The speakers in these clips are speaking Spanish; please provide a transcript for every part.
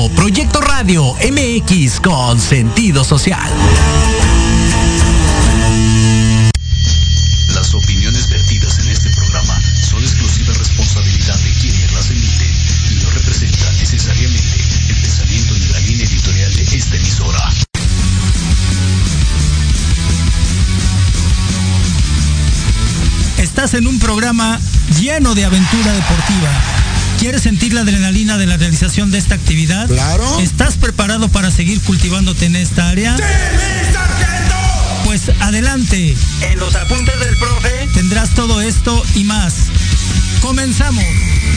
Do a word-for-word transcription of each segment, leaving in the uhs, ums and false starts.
escuchando Proyecto Radio M X con sentido social. Las opiniones vertidas en este programa son exclusiva responsabilidad de quienes las emiten y no representan necesariamente el pensamiento ni la línea editorial de esta emisora. Estás en un programa lleno de aventura deportiva. ¿Quieres sentir la adrenalina de la realización de esta actividad? ¡Claro! ¿Estás preparado para seguir cultivándote en esta área? ¡Sí, mi sargento! Pues adelante. En los apuntes del profe tendrás todo esto y más. ¡Comenzamos!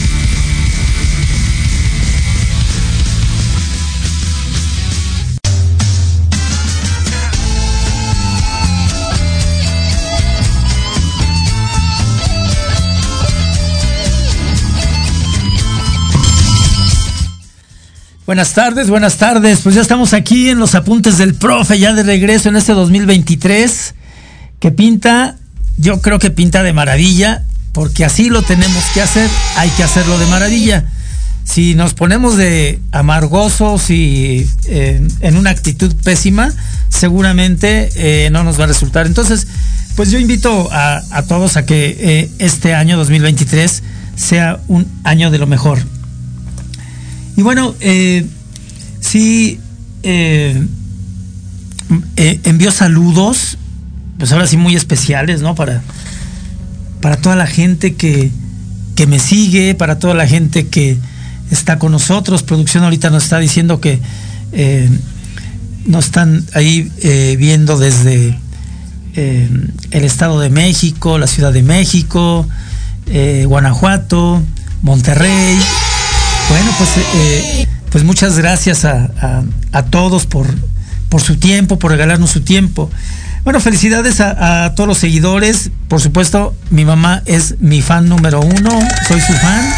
Buenas tardes, buenas tardes. Pues ya estamos aquí en los apuntes del profe, ya de regreso en este dos mil veintitrés, que pinta, yo creo que pinta de maravilla, porque así lo tenemos que hacer, hay que hacerlo de maravilla. Si nos ponemos de amargosos y eh, en una actitud pésima, seguramente eh, no nos va a resultar. Entonces, pues yo invito a, a todos a que eh, este año dos mil veintitrés sea un año de lo mejor. Y bueno, eh, sí, eh, eh, envío saludos, pues ahora sí muy especiales, ¿no? Para, para toda la gente que, que me sigue, para toda la gente que está con nosotros. Producción ahorita nos está diciendo que eh, nos están ahí eh, viendo desde eh, el Estado de México, la Ciudad de México, eh, Guanajuato, Monterrey. Bueno, pues, eh, pues muchas gracias a, a, a todos por, por su tiempo, por regalarnos su tiempo. Bueno, felicidades a, a todos los seguidores. Por supuesto, mi mamá es mi fan número uno, soy su fan.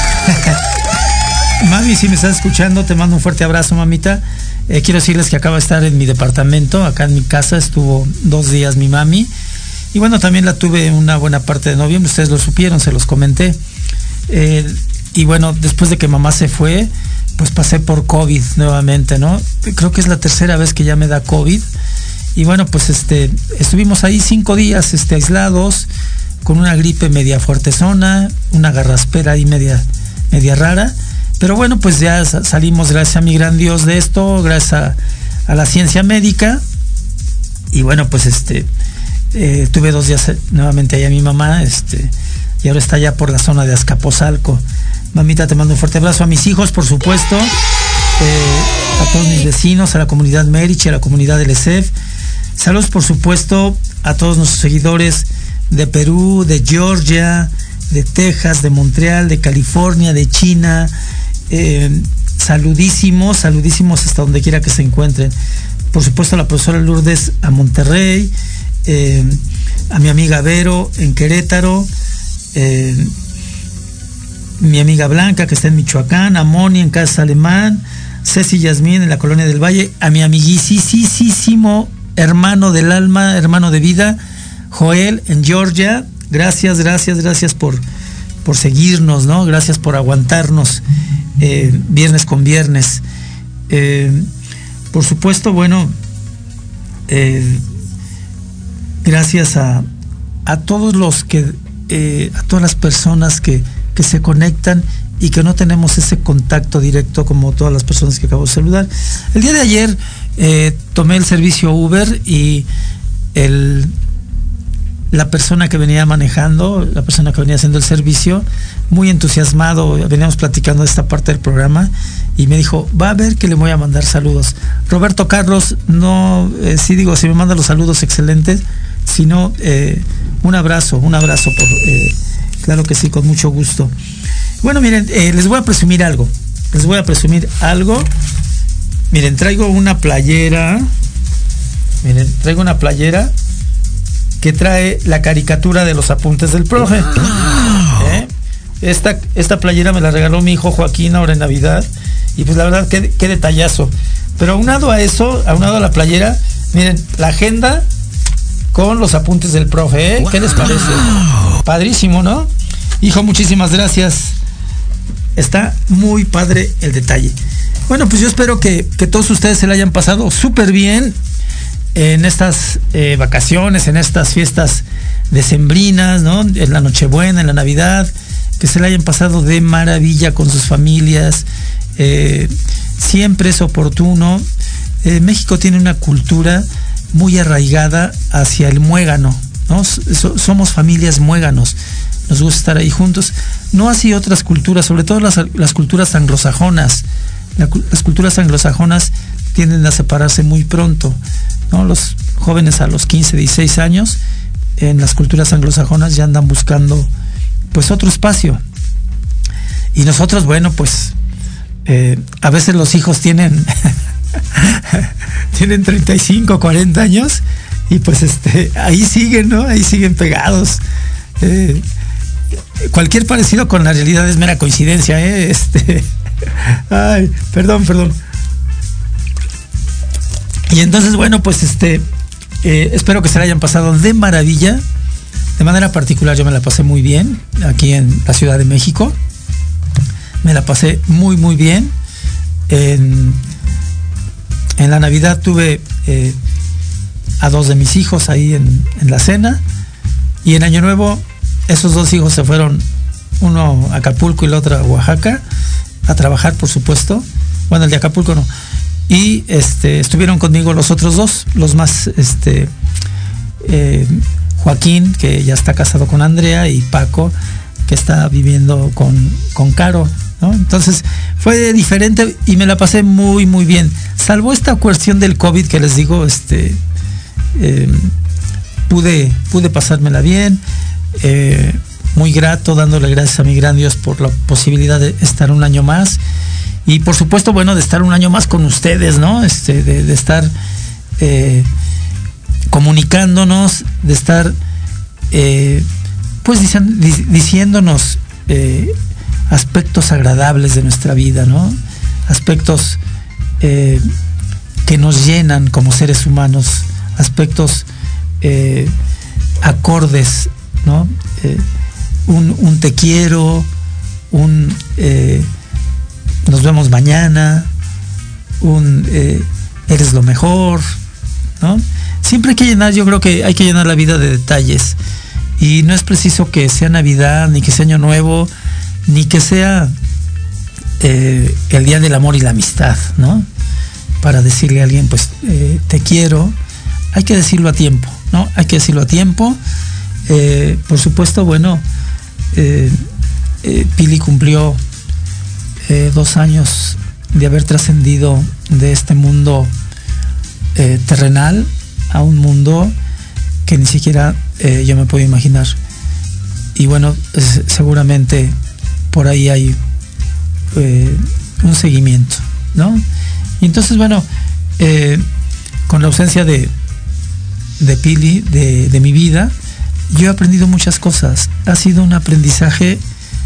Mami, si me estás escuchando, te mando un fuerte abrazo, mamita. Eh, quiero decirles que acabo de estar en mi departamento, acá en mi casa, estuvo dos días mi mami. Y bueno, también la tuve una buena parte de noviembre, ustedes lo supieron, se los comenté. Eh, Y bueno, después de que mamá se fue, pues pasé por COVID nuevamente, ¿no? Creo que es la tercera vez que ya me da COVID. Y bueno, pues este, estuvimos ahí cinco días este, aislados, con una gripe media fuertezona, una garraspera ahí media, media rara. Pero bueno, pues ya salimos, gracias a mi gran Dios, de esto, gracias a, a la ciencia médica. Y bueno, pues este, eh, tuve dos días nuevamente allá mi mamá, este, y ahora está ya por la zona de Azcapotzalco. Mamita, te mando un fuerte abrazo a mis hijos, por supuesto, eh, a todos mis vecinos, a la comunidad Meriche, a la comunidad del E S E F. Saludos, por supuesto, a todos nuestros seguidores de Perú, de Georgia, de Texas, de Montreal, de California, de China. Eh, saludísimos, saludísimos hasta donde quiera que se encuentren. Por supuesto, a la profesora Lourdes a Monterrey, eh, a mi amiga Vero en Querétaro, eh, mi amiga Blanca que está en Michoacán, a Moni en Casa Alemán, Ceci Yasmín en la Colonia del Valle, a mi amiguísimo hermano del alma, hermano de vida, Joel en Georgia. Gracias, gracias, gracias por, por seguirnos, ¿no? Gracias por aguantarnos eh, viernes con viernes. Eh, por supuesto, bueno, eh, gracias a, a todos los que, eh, a todas las personas que que se conectan y que no tenemos ese contacto directo como todas las personas que acabo de saludar. El día de ayer eh, tomé el servicio Uber y el, la persona que venía manejando, la persona que venía haciendo el servicio, muy entusiasmado, veníamos platicando de esta parte del programa y me dijo, va a ver que le voy a mandar saludos. Roberto Carlos, no, eh, sí digo, si me manda los saludos excelentes, sino eh, un abrazo, un abrazo por... Eh, Claro que sí, con mucho gusto. Bueno, miren, eh, les voy a presumir algo. Les voy a presumir algo. Miren, traigo una playera. Miren, traigo una playera que trae la caricatura de los apuntes del profe. ¿Eh? Esta, esta playera me la regaló mi hijo Joaquín ahora en Navidad. Y pues la verdad, qué, qué detallazo. Pero aunado a eso, aunado a la playera, miren, la agenda con los apuntes del profe, ¿eh? ¿Qué les parece? Padrísimo, ¿no? Hijo, muchísimas gracias. Está muy padre el detalle. Bueno, pues yo espero que, que todos ustedes se la hayan pasado súper bien en estas eh, vacaciones, en estas fiestas decembrinas, ¿no? En la Nochebuena, en la Navidad, que se la hayan pasado de maravilla con sus familias. Eh, siempre es oportuno. Eh, México tiene una cultura muy arraigada hacia el muégano, ¿no? So, somos familias muéganos, nos gusta estar ahí juntos. No así otras culturas, sobre todo las, las culturas anglosajonas. La, las culturas anglosajonas tienden a separarse muy pronto, ¿no? Los jóvenes a los quince, dieciséis años, en las culturas anglosajonas ya andan buscando pues otro espacio. Y nosotros, bueno, pues eh, a veces los hijos tienen tienen treinta y cinco, cuarenta años y pues este ahí siguen, ¿no? Ahí siguen pegados. Eh, cualquier parecido con la realidad es mera coincidencia, ¿eh? Este, ay, perdón, perdón. Y entonces, bueno, pues este, eh, espero que se la hayan pasado de maravilla. De manera particular, yo me la pasé muy bien aquí en la Ciudad de México. Me la pasé muy, muy bien. En, en la Navidad tuve eh, a dos de mis hijos ahí en, en la cena. Y en Año Nuevo, esos dos hijos se fueron, uno a Acapulco y el otro a Oaxaca, a trabajar, por supuesto. Bueno, el de Acapulco no. Y este, estuvieron conmigo los otros dos, los más, este, eh, Joaquín, que ya está casado con Andrea, y Paco, que está viviendo con, con Caro, ¿no? Entonces fue diferente y me la pasé muy, muy bien. Salvo esta cuestión del COVID que les digo, este, eh, pude, pude pasármela bien, eh, muy grato, dándole gracias a mi gran Dios por la posibilidad de estar un año más. Y por supuesto, bueno, de estar un año más con ustedes, ¿no? Este, de, de estar eh, comunicándonos, de estar eh, pues dic- diciéndonos eh, aspectos agradables de nuestra vida, ¿no? Aspectos eh, que nos llenan como seres humanos, aspectos eh, acordes, ¿no? Eh, un, un te quiero, un eh, nos vemos mañana, un eh, eres lo mejor, ¿no? Siempre hay que llenar, yo creo que hay que llenar la vida de detalles. Y no es preciso que sea Navidad, ni que sea Año Nuevo, ni que sea eh, el Día del Amor y la Amistad, ¿no? Para decirle a alguien, pues, eh, te quiero. Hay que decirlo a tiempo, ¿no? Hay que decirlo a tiempo. Eh, por supuesto, bueno, eh, eh, Pili cumplió Eh, dos años de haber trascendido de este mundo eh, terrenal a un mundo que ni siquiera eh, yo me puedo imaginar. Y bueno, es, seguramente por ahí hay eh, un seguimiento, ¿no? Y entonces, bueno, eh, con la ausencia de, de Pili, de, de mi vida, yo he aprendido muchas cosas. Ha sido un aprendizaje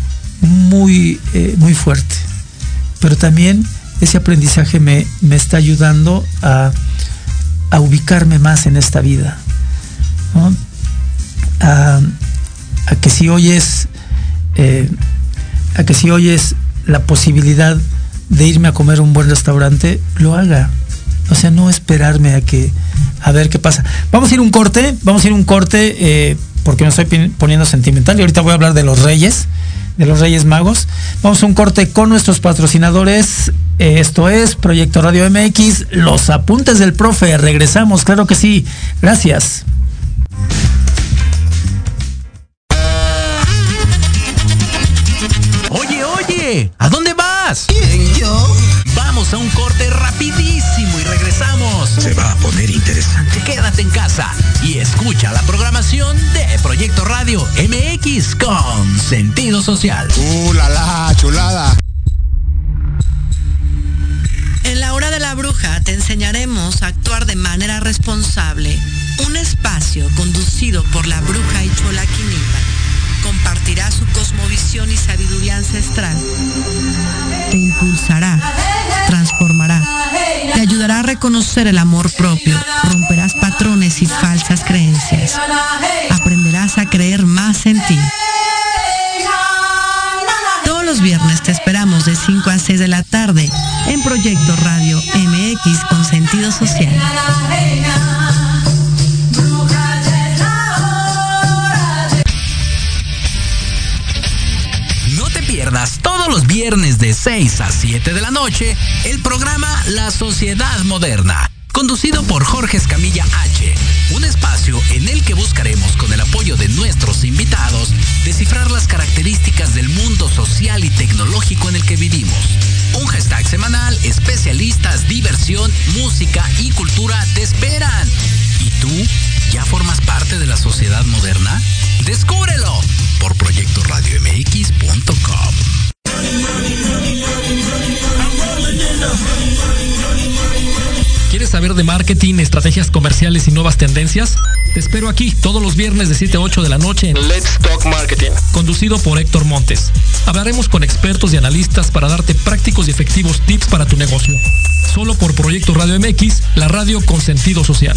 muy, eh, muy fuerte. Pero también ese aprendizaje me, me está ayudando a, a ubicarme más en esta vida, ¿no? A, a que si oyes eh, a que si oyes la posibilidad de irme a comer a un buen restaurante, lo haga. O sea, no esperarme a que a ver qué pasa. Vamos a ir un corte, vamos a ir un corte eh, porque me estoy poniendo sentimental y ahorita voy a hablar de los Reyes. de los Reyes Magos. Vamos a un corte con nuestros patrocinadores. Esto es Proyecto Radio M X, los apuntes del profe. Regresamos, claro que sí. Gracias. Oye, oye, ¿a dónde vas? ¿Quién, yo? Vamos a un corte rapidísimo y regresamos. Se va a poner interesante. Quédate en casa y escucha la programación de Proyecto Radio M X con sentido social. ¡Uh, la, la chulada! En la hora de la bruja te enseñaremos a actuar de manera responsable. Un espacio conducido por la bruja Ichola Quinipa. Compartirá su cosmovisión y sabiduría ancestral. Te impulsará, transformará, te ayudará a reconocer el amor propio, romperás patrones y falsas creencias. Aprenderás a creer más en ti. Todos los viernes te esperamos esperamos de cinco a seis de la tarde en Proyecto Radio M X con sentido social. No te pierdas todos los viernes de seis a siete de la noche el programa La Sociedad Moderna, conducido por Jorge Escamilla H, un espacio en el que buscaremos, con el apoyo de nuestros invitados, descifrar las características del mundo social y tecnológico en el que vivimos. Un hashtag semanal, especialistas, diversión, música y cultura te esperan. ¿Y tú ya formas parte de la sociedad moderna? ¡Descúbrelo! Por proyecto radio m x punto com. ¿Quieres saber de marketing, estrategias comerciales y nuevas tendencias? Te espero aquí todos los viernes de siete a ocho de la noche en Let's Talk Marketing, conducido por Héctor Montes. Hablaremos con expertos y analistas para darte prácticos y efectivos tips para tu negocio. Solo por Proyecto Radio M X, la radio con sentido social.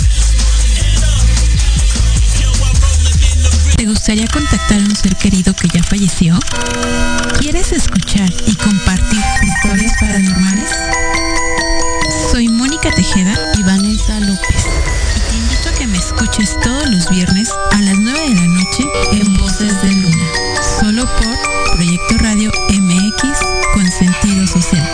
¿Te gustaría contactar a un ser querido que ya falleció? ¿Quieres escuchar y compartir historias paranormales? Soy Mónica Tejeda y Vanessa López y te invito a que me escuches todos los viernes a las nueve de la noche en Voces de Luna, solo por Proyecto Radio M X con sentido social.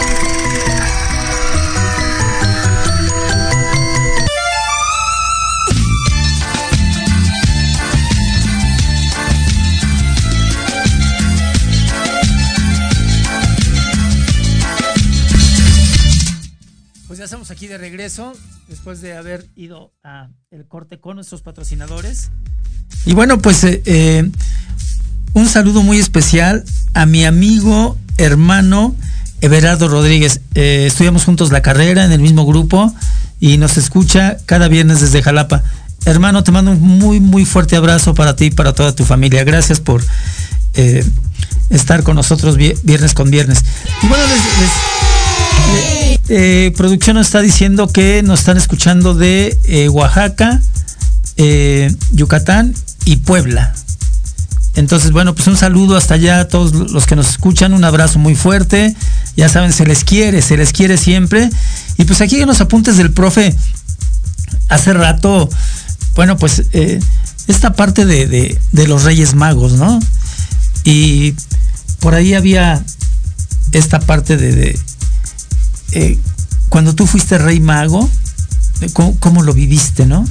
Ya estamos aquí de regreso después de haber ido a el corte con nuestros patrocinadores. Y bueno, pues eh, eh, un saludo muy especial a mi amigo, hermano Everardo Rodríguez. Eh, estudiamos juntos la carrera en el mismo grupo y nos escucha cada viernes desde Jalapa. Hermano, te mando un muy, muy fuerte abrazo para ti y para toda tu familia. Gracias por eh, estar con nosotros viernes con viernes. Y bueno, les... les Eh, producción nos está diciendo que nos están escuchando de eh, Oaxaca, eh, Yucatán y Puebla. Entonces, bueno, pues un saludo hasta allá a todos los que nos escuchan, un abrazo muy fuerte. Ya saben, se les quiere, se les quiere siempre. Y pues aquí en los apuntes del profe, hace rato, bueno, pues eh, esta parte de, de, de los Reyes Magos, ¿no? Y por ahí había esta parte de... de Eh, cuando tú fuiste Rey Mago, ¿cómo, cómo lo viviste, no?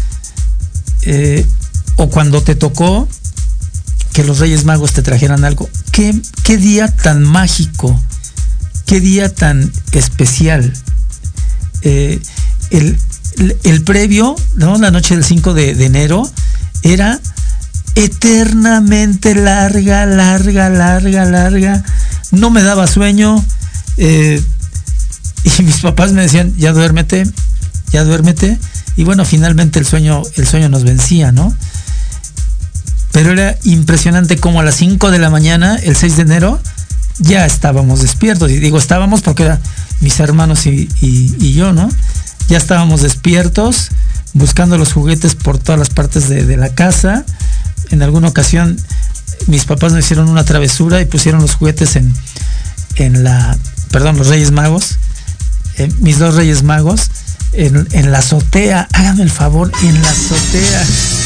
Eh, o cuando te tocó que los Reyes Magos te trajeran algo. ¿Qué, qué día tan mágico? ¿Qué día tan especial? Eh, el, el, el previo, ¿no? La noche del cinco de, de enero era eternamente larga, larga, larga, larga. No me daba sueño. Eh, Y mis papás me decían, ya duérmete, ya duérmete. Y bueno, finalmente el sueño, el sueño nos vencía, ¿no? Pero era impresionante como a las cinco de la mañana, el seis de enero, ya estábamos despiertos. Y digo, estábamos porque eran mis hermanos y, y, y yo, ¿no? Ya estábamos despiertos, buscando los juguetes por todas las partes de, de la casa. En alguna ocasión, mis papás nos hicieron una travesura y pusieron los juguetes en, en la, perdón, los Reyes Magos. Eh, mis dos Reyes Magos en, en la azotea, háganme el favor, en la azotea.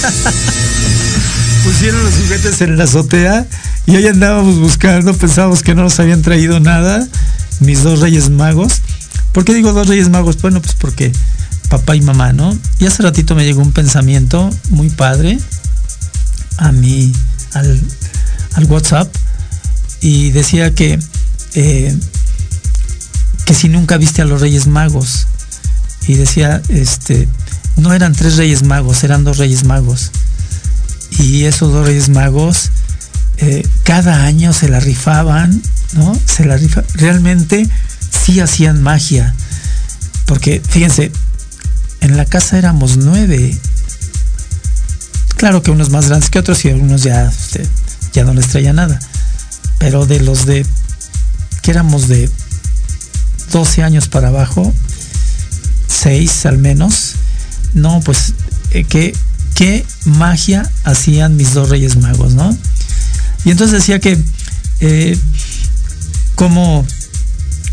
Pusieron los juguetes en la azotea y ahí andábamos buscando, pensábamos que no nos habían traído nada, mis dos Reyes Magos. ¿Por qué digo dos Reyes Magos? Bueno, pues porque papá y mamá, ¿no? Y hace ratito me llegó un pensamiento muy padre a mí, al, al WhatsApp, y decía que eh, que si nunca viste a los Reyes Magos, y decía, este, no eran tres Reyes Magos, eran dos Reyes Magos, y esos dos Reyes Magos eh, cada año se la rifaban, ¿no? Se la rifa, realmente sí hacían magia, porque fíjense, en la casa éramos nueve, claro que unos más grandes que otros y algunos ya, este, ya no les traía nada, pero de los de que éramos de doce años para abajo, seis al menos, no, pues eh, qué, qué magia hacían mis dos Reyes Magos, ¿no? Y entonces decía que eh, como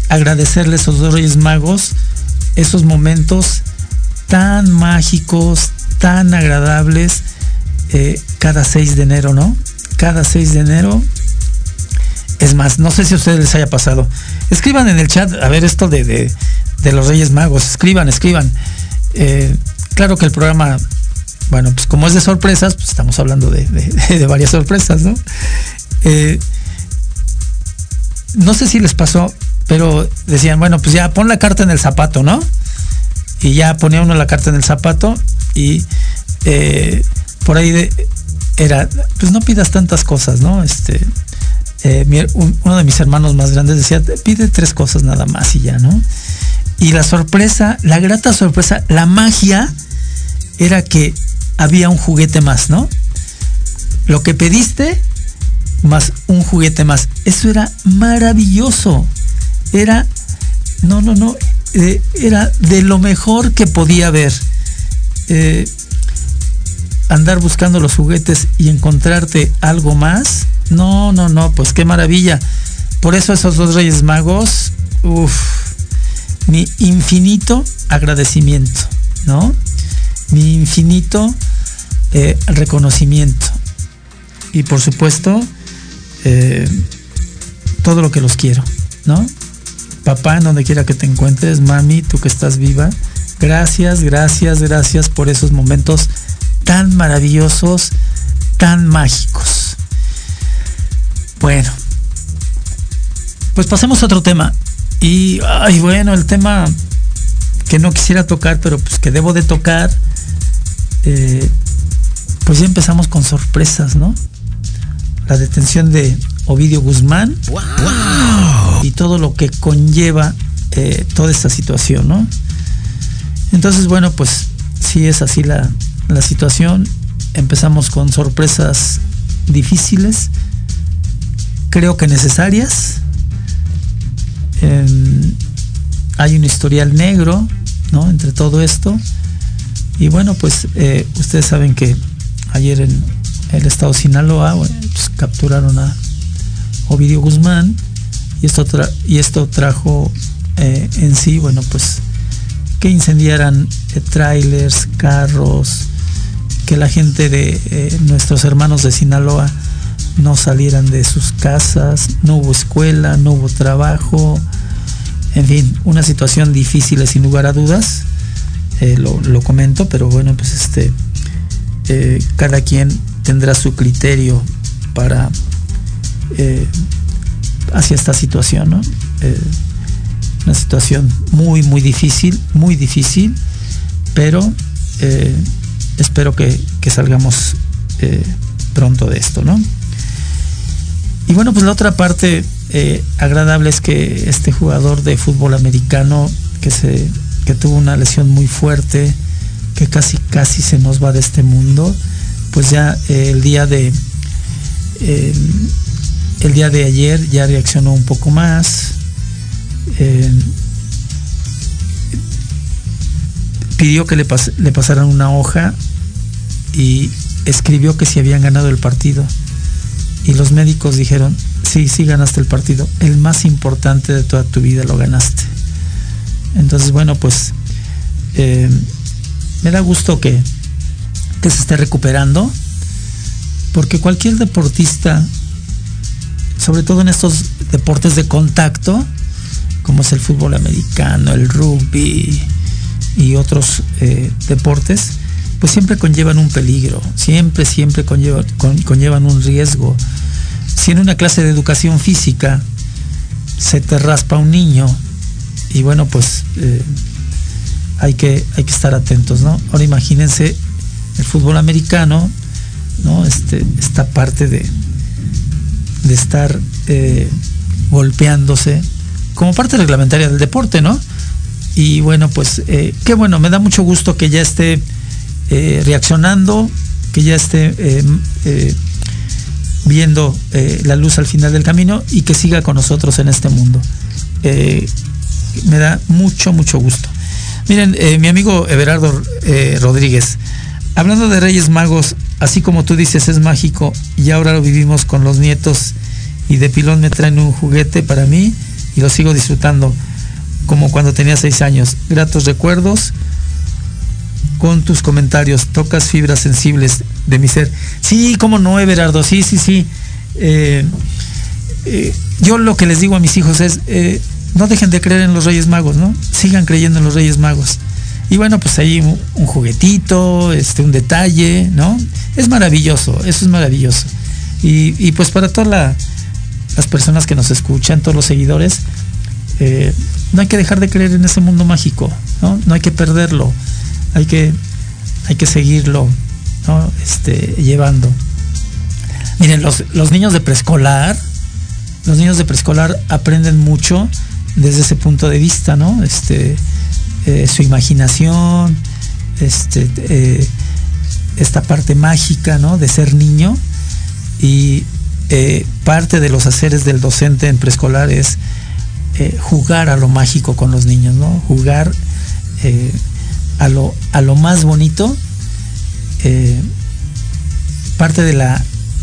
agradecerles a esos dos Reyes Magos esos momentos tan mágicos, tan agradables, eh, cada seis de enero, ¿no? Cada seis de enero. Es más, no sé si a ustedes les haya pasado. Escriban en el chat, a ver, esto de, de, de los Reyes Magos. Escriban, escriban. Eh, claro que el programa, bueno, pues como es de sorpresas, pues estamos hablando de, de, de varias sorpresas, ¿no? Eh, no sé si les pasó, pero decían, bueno, pues ya pon la carta en el zapato, ¿no? Y ya ponía uno la carta en el zapato y eh, por ahí de, era, pues no pidas tantas cosas, ¿no? Este, eh, mi, un, uno de mis hermanos más grandes decía, pide tres cosas nada más y ya, ¿no? Y la sorpresa, la grata sorpresa, la magia era que había un juguete más, ¿no? Lo que pediste más un juguete más. Eso era maravilloso. Era, no, no, no, eh, era de lo mejor que podía haber. Eh, andar buscando los juguetes y encontrarte algo más. No, no, no, pues qué maravilla. Por eso esos dos Reyes Magos, uff, mi infinito agradecimiento, ¿no? Mi infinito eh, reconocimiento. Y por supuesto, eh, todo lo que los quiero, ¿no? Papá, en donde quiera que te encuentres, mami, tú que estás viva, gracias, gracias, gracias por esos momentos tan maravillosos, tan mágicos. Bueno, pues pasemos a otro tema. Y, ay, bueno, el tema que no quisiera tocar, pero pues que debo de tocar, eh, pues ya empezamos con sorpresas, ¿no? La detención de Ovidio Guzmán. ¡Wow! Y todo lo que conlleva eh, toda esta situación, ¿no? Entonces, bueno, pues sí es así la, la situación. Empezamos con sorpresas difíciles, creo que necesarias. Eh, hay un historial negro, ¿no? Entre todo esto. Y bueno, pues eh, ustedes saben que ayer en el estado de Sinaloa, bueno, pues capturaron a Ovidio Guzmán y esto, tra- y esto trajo eh, en sí, bueno, pues que incendiaran eh, trailers, carros, que la gente de eh, nuestros hermanos de Sinaloa no salieran de sus casas, no hubo escuela, no hubo trabajo, en fin, una situación difícil sin lugar a dudas. Eh, lo, lo comento, pero bueno, pues este eh, cada quien tendrá su criterio para eh, hacia esta situación, ¿no? Eh, una situación muy muy difícil, muy difícil, pero eh, espero que, que salgamos eh, pronto de esto, ¿no? Y bueno, pues la otra parte eh, agradable es que este jugador de fútbol americano que se que tuvo una lesión muy fuerte, que casi casi se nos va de este mundo, pues ya eh, el día de eh, el día de ayer ya reaccionó un poco más, eh, pidió que le, pas- le pasaran una hoja y escribió que si habían ganado el partido, y los médicos dijeron, sí, sí ganaste el partido, el más importante de toda tu vida lo ganaste. Entonces, bueno, pues eh, me da gusto que, que se esté recuperando, porque cualquier deportista, sobre todo en estos deportes de contacto, como es el fútbol americano, el rugby y otros eh, deportes, pues siempre conllevan un peligro, siempre, siempre conllevan, con, conllevan un riesgo. Si en una clase de educación física se te raspa un niño, y bueno, pues eh, hay que hay que estar atentos, ¿no? Ahora imagínense el fútbol americano, ¿no? Este, esta parte de, de estar eh, golpeándose como parte reglamentaria del deporte, ¿no? Y bueno, pues eh, qué bueno, me da mucho gusto que ya esté eh, reaccionando, que ya esté eh, eh, viendo eh, la luz al final del camino y que siga con nosotros en este mundo. Eh, me da mucho, mucho gusto. Miren, eh, mi amigo Everardo eh, Rodríguez, hablando de Reyes Magos, así como tú dices, es mágico y ahora lo vivimos con los nietos y de pilón me traen un juguete para mí y lo sigo disfrutando como cuando tenía seis años. Gratos recuerdos con tus comentarios, tocas fibras sensibles de mi ser. Sí, cómo no, Everardo, sí, sí, sí. Eh, eh, yo lo que les digo a mis hijos es, eh, no dejen de creer en los Reyes Magos, ¿no? Sigan creyendo en los Reyes Magos. Y bueno, pues ahí un, un juguetito, este, un detalle, ¿no? Es maravilloso, eso es maravilloso. Y, y pues para todas la, las personas que nos escuchan, todos los seguidores, eh, no hay que dejar de creer en ese mundo mágico, ¿no? No hay que perderlo, hay que, hay que seguirlo, ¿no? Este, llevando. Miren, los, los niños de preescolar, los niños de preescolar aprenden mucho desde ese punto de vista, ¿no? Este, eh, su imaginación, este, eh, esta parte mágica, ¿no? De ser niño. Y eh, parte de los haceres del docente en preescolar es eh, jugar a lo mágico con los niños, ¿no? Jugar eh, a lo a lo más bonito. Eh, parte de la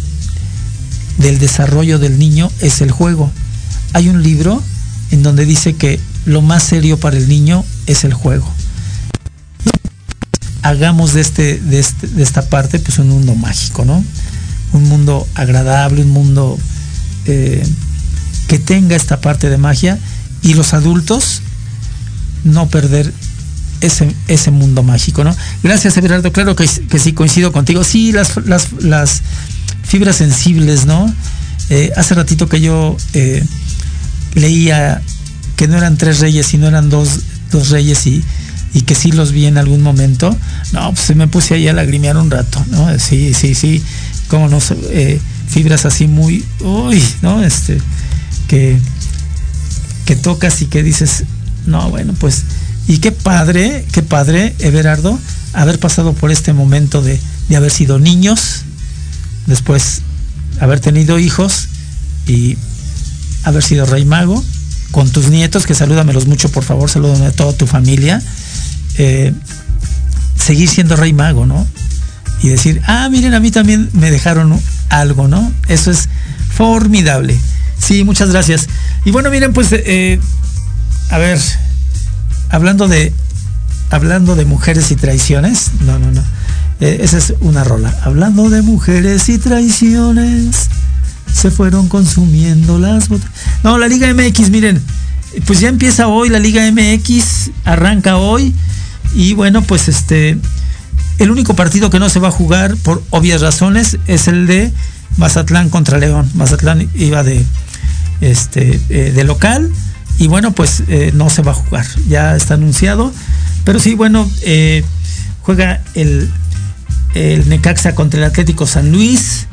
del desarrollo del niño es el juego. Hay un libro en donde dice que lo más serio para el niño es el juego. Hagamos de este de este de esta parte pues un mundo mágico, ¿no? Un mundo agradable, un mundo eh, que tenga esta parte de magia, y los adultos no perder ese, ese mundo mágico, ¿no? Gracias, Everardo, claro que, que sí, coincido contigo. Sí, las, las, las fibras sensibles, ¿no? Eh, hace ratito que yo eh, leía que no eran tres reyes, sino eran dos, dos reyes, y, y que sí los vi en algún momento. No, pues se me puse ahí a lagrimear un rato, ¿no? Sí, sí, sí. Como no, eh, fibras así muy, uy, ¿no? Este, que, que tocas y que dices, no, bueno, pues, y qué padre, qué padre, Everardo, haber pasado por este momento de, de haber sido niños, después haber tenido hijos y haber sido rey mago, con tus nietos, que salúdamelos mucho, por favor, salúdame a toda tu familia, eh, seguir siendo rey mago, ¿no? Y decir, ah, miren, a mí también me dejaron algo, ¿no? Eso es formidable. Sí, muchas gracias. Y bueno, miren, pues, eh, a ver, hablando de, hablando de mujeres y traiciones, no, no, no, eh, esa es una rola. Hablando de mujeres y traiciones, se fueron consumiendo las botas. No, la Liga M X, miren, pues ya empieza hoy la Liga M X, arranca hoy, y bueno, pues este... el único partido que no se va a jugar por obvias razones es el de Mazatlán contra León. Mazatlán iba de este eh, de local, y bueno, pues eh, no se va a jugar, ya está anunciado. Pero sí, bueno, eh, juega el, el Necaxa contra el Atlético San Luis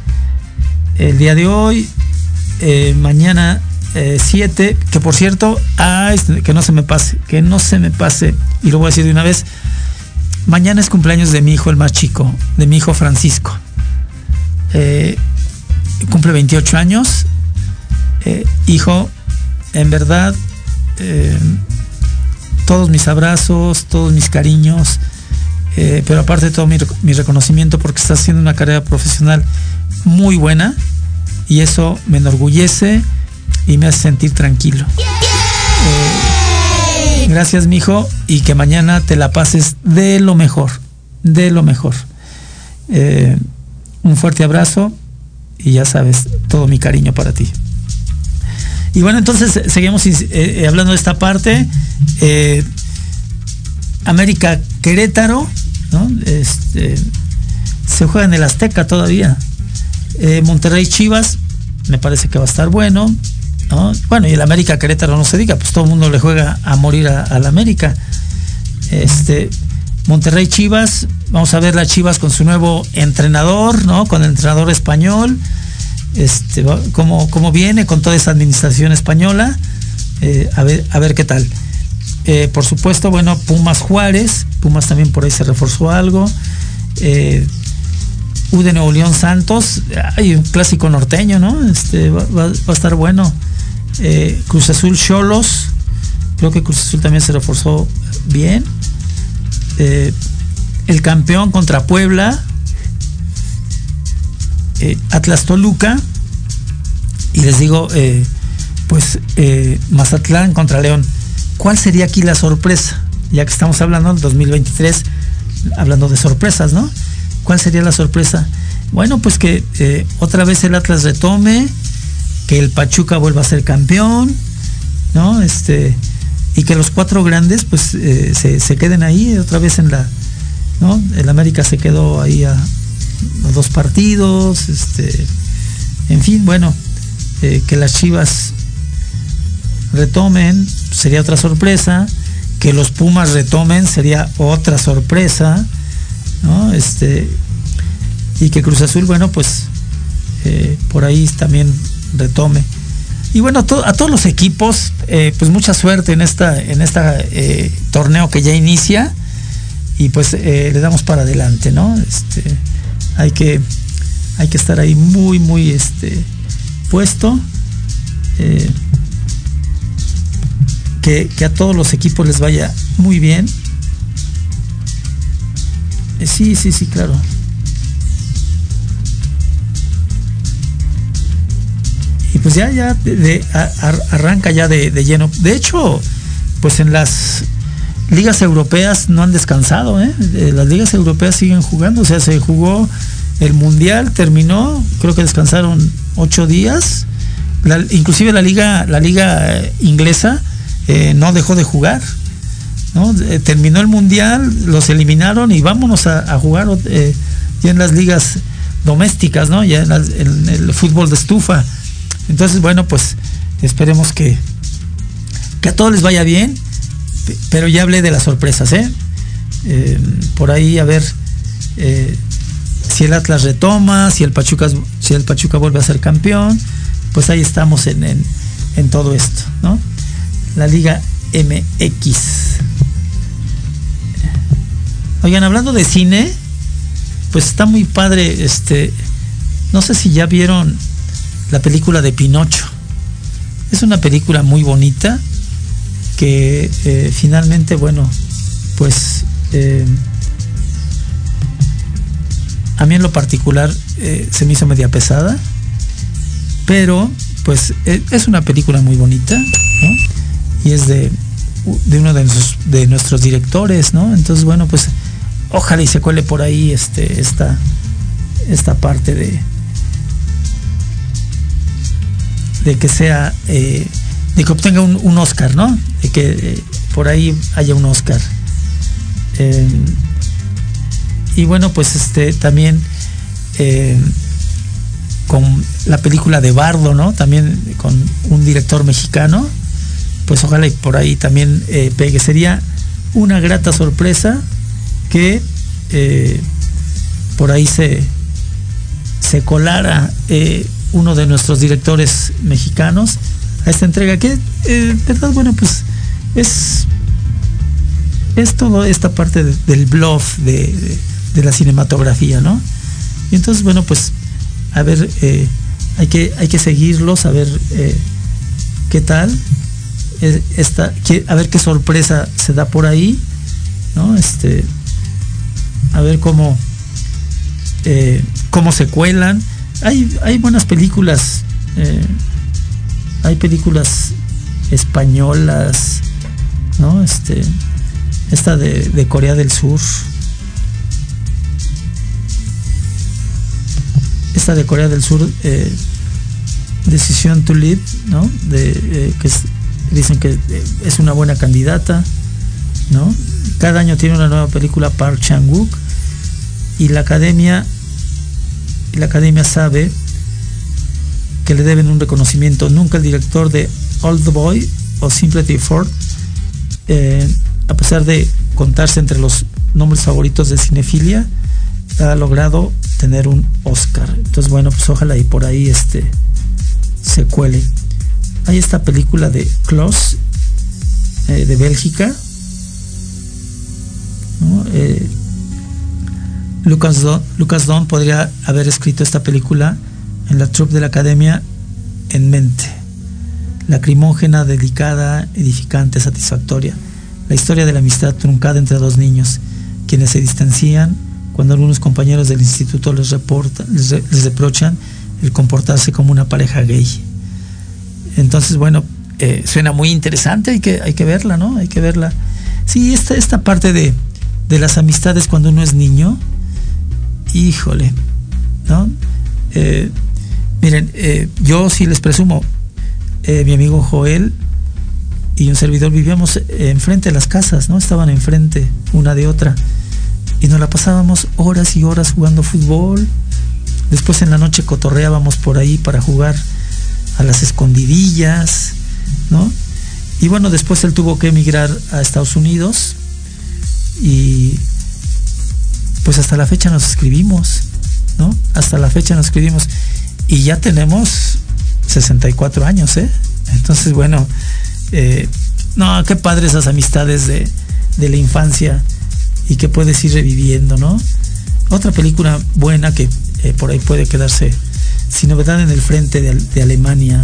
el día de hoy, eh, mañana siete, eh, que por cierto, ah, que no se me pase, que no se me pase, y lo voy a decir de una vez. Mañana es cumpleaños de mi hijo, el más chico, de mi hijo Francisco. Eh, cumple veintiocho años. Eh, hijo, en verdad, eh, todos mis abrazos, todos mis cariños, eh, pero aparte todo mi, mi reconocimiento, porque estás haciendo una carrera profesional muy buena, y eso me enorgullece y me hace sentir tranquilo. Eh, Gracias, mijo, y que mañana te la pases de lo mejor, de lo mejor. Eh, un fuerte abrazo, y ya sabes, todo mi cariño para ti. Y bueno, entonces seguimos eh, hablando de esta parte. Eh, América Querétaro, ¿no? Este, se juega en el Azteca todavía. Eh, Monterrey Chivas, me parece que va a estar bueno, ¿no? Bueno, y el América Querétaro no se diga, pues todo el mundo le juega a morir al América. Este, Monterrey Chivas, vamos a ver las Chivas con su nuevo entrenador, ¿no? Con el entrenador español, este, cómo, cómo viene con toda esa administración española, eh, a ver, a ver qué tal. Eh, por supuesto, bueno, Pumas Juárez, Pumas también por ahí se reforzó algo. Eh, U de Nuevo León Santos, hay un clásico norteño, ¿no? Este va, va, va a estar bueno. Eh, Cruz Azul Xolos, creo que Cruz Azul también se reforzó bien. Eh, el campeón contra Puebla, eh, Atlas Toluca, y les digo, eh, pues eh, Mazatlán contra León. ¿Cuál sería aquí la sorpresa? Ya que estamos hablando del dos mil veintitrés, hablando de sorpresas, ¿no? ¿Cuál sería la sorpresa? Bueno, pues que eh, otra vez el Atlas retome, que el Pachuca vuelva a ser campeón, ¿no? Este, y que los cuatro grandes pues eh, se, se queden ahí otra vez en la, ¿no? El América se quedó ahí a, a dos partidos, este, en fin, bueno, eh, que las Chivas retomen, sería otra sorpresa, que los Pumas retomen, sería otra sorpresa, ¿no? Este, y que Cruz Azul, bueno, pues eh, por ahí también retome. Y bueno, to, a todos los equipos, eh, pues mucha suerte en esta, en esta eh, torneo que ya inicia, y pues eh, le damos para adelante, ¿no? Este, hay que, hay que estar ahí muy, muy este, puesto. Eh, que, que a todos los equipos les vaya muy bien. Eh, sí, sí, sí, claro. Y pues ya, ya de, de, a, arranca ya de, de lleno. De hecho, pues en las ligas europeas no han descansado, ¿eh? Las ligas europeas siguen jugando. O sea, se jugó el mundial, terminó, creo que descansaron ocho días. La, inclusive la liga, la liga inglesa eh, no dejó de jugar, ¿no? Eh, terminó el mundial, los eliminaron y vámonos a, a jugar eh, ya en las ligas domésticas, ¿no? Ya en, las, en el fútbol de estufa. Entonces, bueno, pues esperemos que, que a todos les vaya bien, pero ya hablé de las sorpresas, ¿eh? Eh, por ahí a ver eh, si el Atlas retoma, si el Pachuca, si el Pachuca vuelve a ser campeón, pues ahí estamos en, en, en todo esto, ¿no? La Liga M X. Oigan, hablando de cine, pues está muy padre, este, no sé si ya vieron la película de Pinocho. Es una película muy bonita que eh, finalmente, bueno, pues eh, a mí en lo particular eh, se me hizo media pesada, pero pues eh, es una película muy bonita, ¿no? Y es de, de uno de nuestros, de nuestros directores, ¿no? Entonces, bueno, pues ojalá y se cuele por ahí este, esta, esta parte de de que sea eh, de que obtenga un, un Oscar, ¿no? De que eh, por ahí haya un Oscar. Eh, y bueno, pues este también eh, con la película de Bardo, ¿no? También con un director mexicano, pues ojalá y por ahí también eh, pegue. Sería una grata sorpresa que eh, por ahí se se colara eh, uno de nuestros directores mexicanos a esta entrega, que eh, verdad, bueno, pues es es toda esta parte de, del bluff de, de, de la cinematografía, ¿no? Y entonces, bueno, pues a ver, eh, hay que hay que seguirlos, a ver eh, qué tal eh, esta, que, a ver qué sorpresa se da por ahí, ¿no? Este, a ver cómo eh, cómo se cuelan. Hay, hay buenas películas, eh, hay películas españolas, ¿no? Este, esta de, de Corea del Sur, esta de Corea del Sur, eh, Decision to Live, ¿no? De, eh, que es, dicen que es una buena candidata, ¿no? Cada año tiene una nueva película Park Chan-wook, y la academia y la academia sabe que le deben un reconocimiento. Nunca el director de Oldboy o Sympathy for, eh, a pesar de contarse entre los nombres favoritos de cinefilia, ha logrado tener un Oscar. Entonces, bueno, pues ojalá y por ahí este se cuele. Hay esta película de Klaus, eh, de Bélgica, ¿no? eh, Lucas Don, Lucas Don podría haber escrito esta película en la troupe de la academia en mente. Lacrimógena, delicada, edificante, satisfactoria. La historia de la amistad truncada entre dos niños, quienes se distancian cuando algunos compañeros del instituto les, reporta, les, les reprochan el comportarse como una pareja gay. Entonces, bueno, eh, suena muy interesante, hay que, hay que verla, ¿no? Hay que verla. Sí, esta, esta parte de, de las amistades cuando uno es niño, híjole, ¿no? Eh, miren, eh, yo sí les presumo, eh, mi amigo Joel y un servidor vivíamos enfrente de las casas, ¿no? Estaban enfrente una de otra y nos la pasábamos horas y horas jugando fútbol. Después en la noche cotorreábamos por ahí para jugar a las escondidillas, ¿no? Y bueno, después él tuvo que emigrar a Estados Unidos y pues hasta la fecha nos escribimos, ¿no? Hasta la fecha nos escribimos y ya tenemos sesenta y cuatro años, ¿eh? Entonces, bueno, eh, no, qué padre esas amistades de, de la infancia y que puedes ir reviviendo, ¿no? Otra película buena que eh, por ahí puede quedarse sin novedad en el frente de, de Alemania.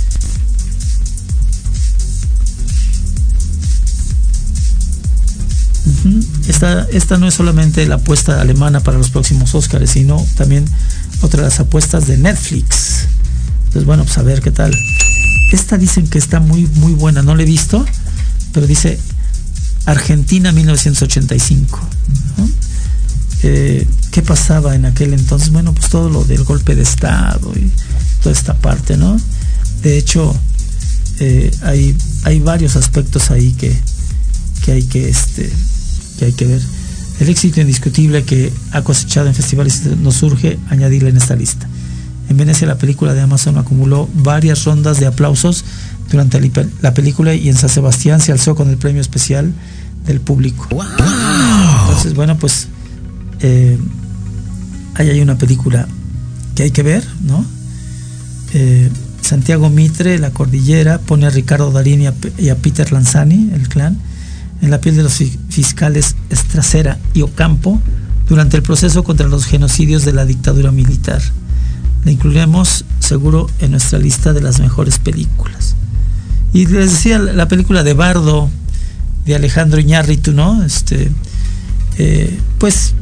Uh-huh. Esta, esta no es solamente la apuesta alemana para los próximos Óscares, sino también otra de las apuestas de Netflix. Entonces, bueno, pues a ver qué tal. Esta dicen que está muy, muy buena, no la he visto, pero dice Argentina mil novecientos ochenta y cinco, ¿no? Eh, ¿Qué pasaba en aquel entonces? Bueno, pues todo lo del golpe de Estado y toda esta parte, ¿no? De hecho, eh, hay, hay varios aspectos ahí que, que hay que, este, que hay que ver. El éxito indiscutible que ha cosechado en festivales nos urge añadirle en esta lista. En Venecia, la película de Amazon acumuló varias rondas de aplausos durante la película y en San Sebastián se alzó con el premio especial del público. ¡Wow! Entonces, bueno, pues eh, ahí hay una película que hay que ver, ¿no? Eh, Santiago Mitre, La Cordillera, pone a Ricardo Darín y a, y a Peter Lanzani, el clan, en la piel de los fiscales Estracera y Ocampo durante el proceso contra los genocidios de la dictadura militar. La incluiremos seguro en nuestra lista de las mejores películas. Y les decía, la película de Bardo de Alejandro Iñárritu, ¿no? Este, eh, pues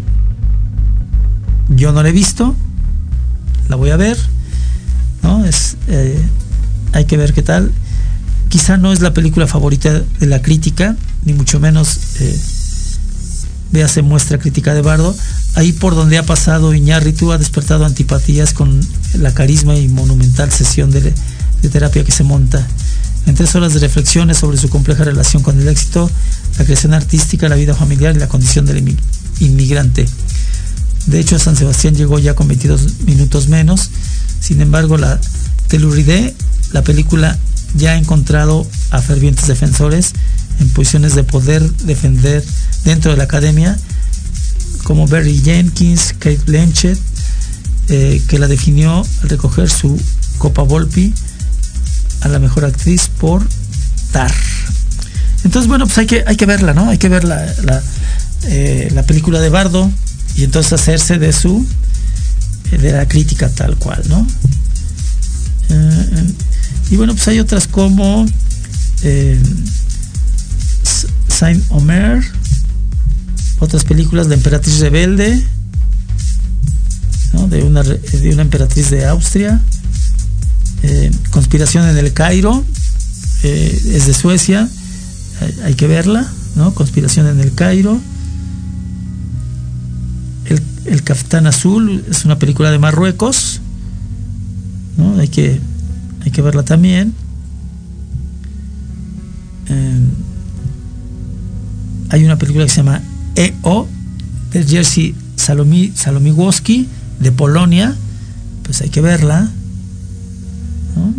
yo no la he visto, la voy a ver, ¿no? Es, eh, hay que ver qué tal. Quizá no es la película favorita de la crítica, ni mucho menos eh, véase muestra crítica de Bardo. Ahí por donde ha pasado Iñárritu ha despertado antipatías con la carisma y monumental sesión de, de terapia que se monta. En tres horas de reflexiones sobre su compleja relación con el éxito, la creación artística, la vida familiar y la condición del inmigrante. De hecho, San Sebastián llegó ya con veintidós minutos menos. Sin embargo, la Telluride, la película, ya ha encontrado a fervientes defensores en posiciones de poder defender dentro de la academia, como Barry Jenkins, Kate Blanchett, eh, que la definió al recoger su Copa Volpi a la mejor actriz por Tar. Entonces, bueno, pues hay que, hay que verla, ¿no? Hay que ver la, la, eh, la película de Bardo y entonces hacerse de su de la crítica tal cual, ¿no? Eh, y bueno, pues hay otras como eh, Saint-Omer, otras películas, La Emperatriz Rebelde, ¿no? de, una, de una emperatriz de Austria, eh, Conspiración en el Cairo, eh, es de Suecia, hay, hay que verla, ¿no? Conspiración en el Cairo. El, el Caftán Azul es una película de Marruecos, ¿no? Hay que, hay que verla también. Eh, hay una película que se llama E O de Jerzy Salomi, Salomiłowski de Polonia, pues hay que verla, ¿no?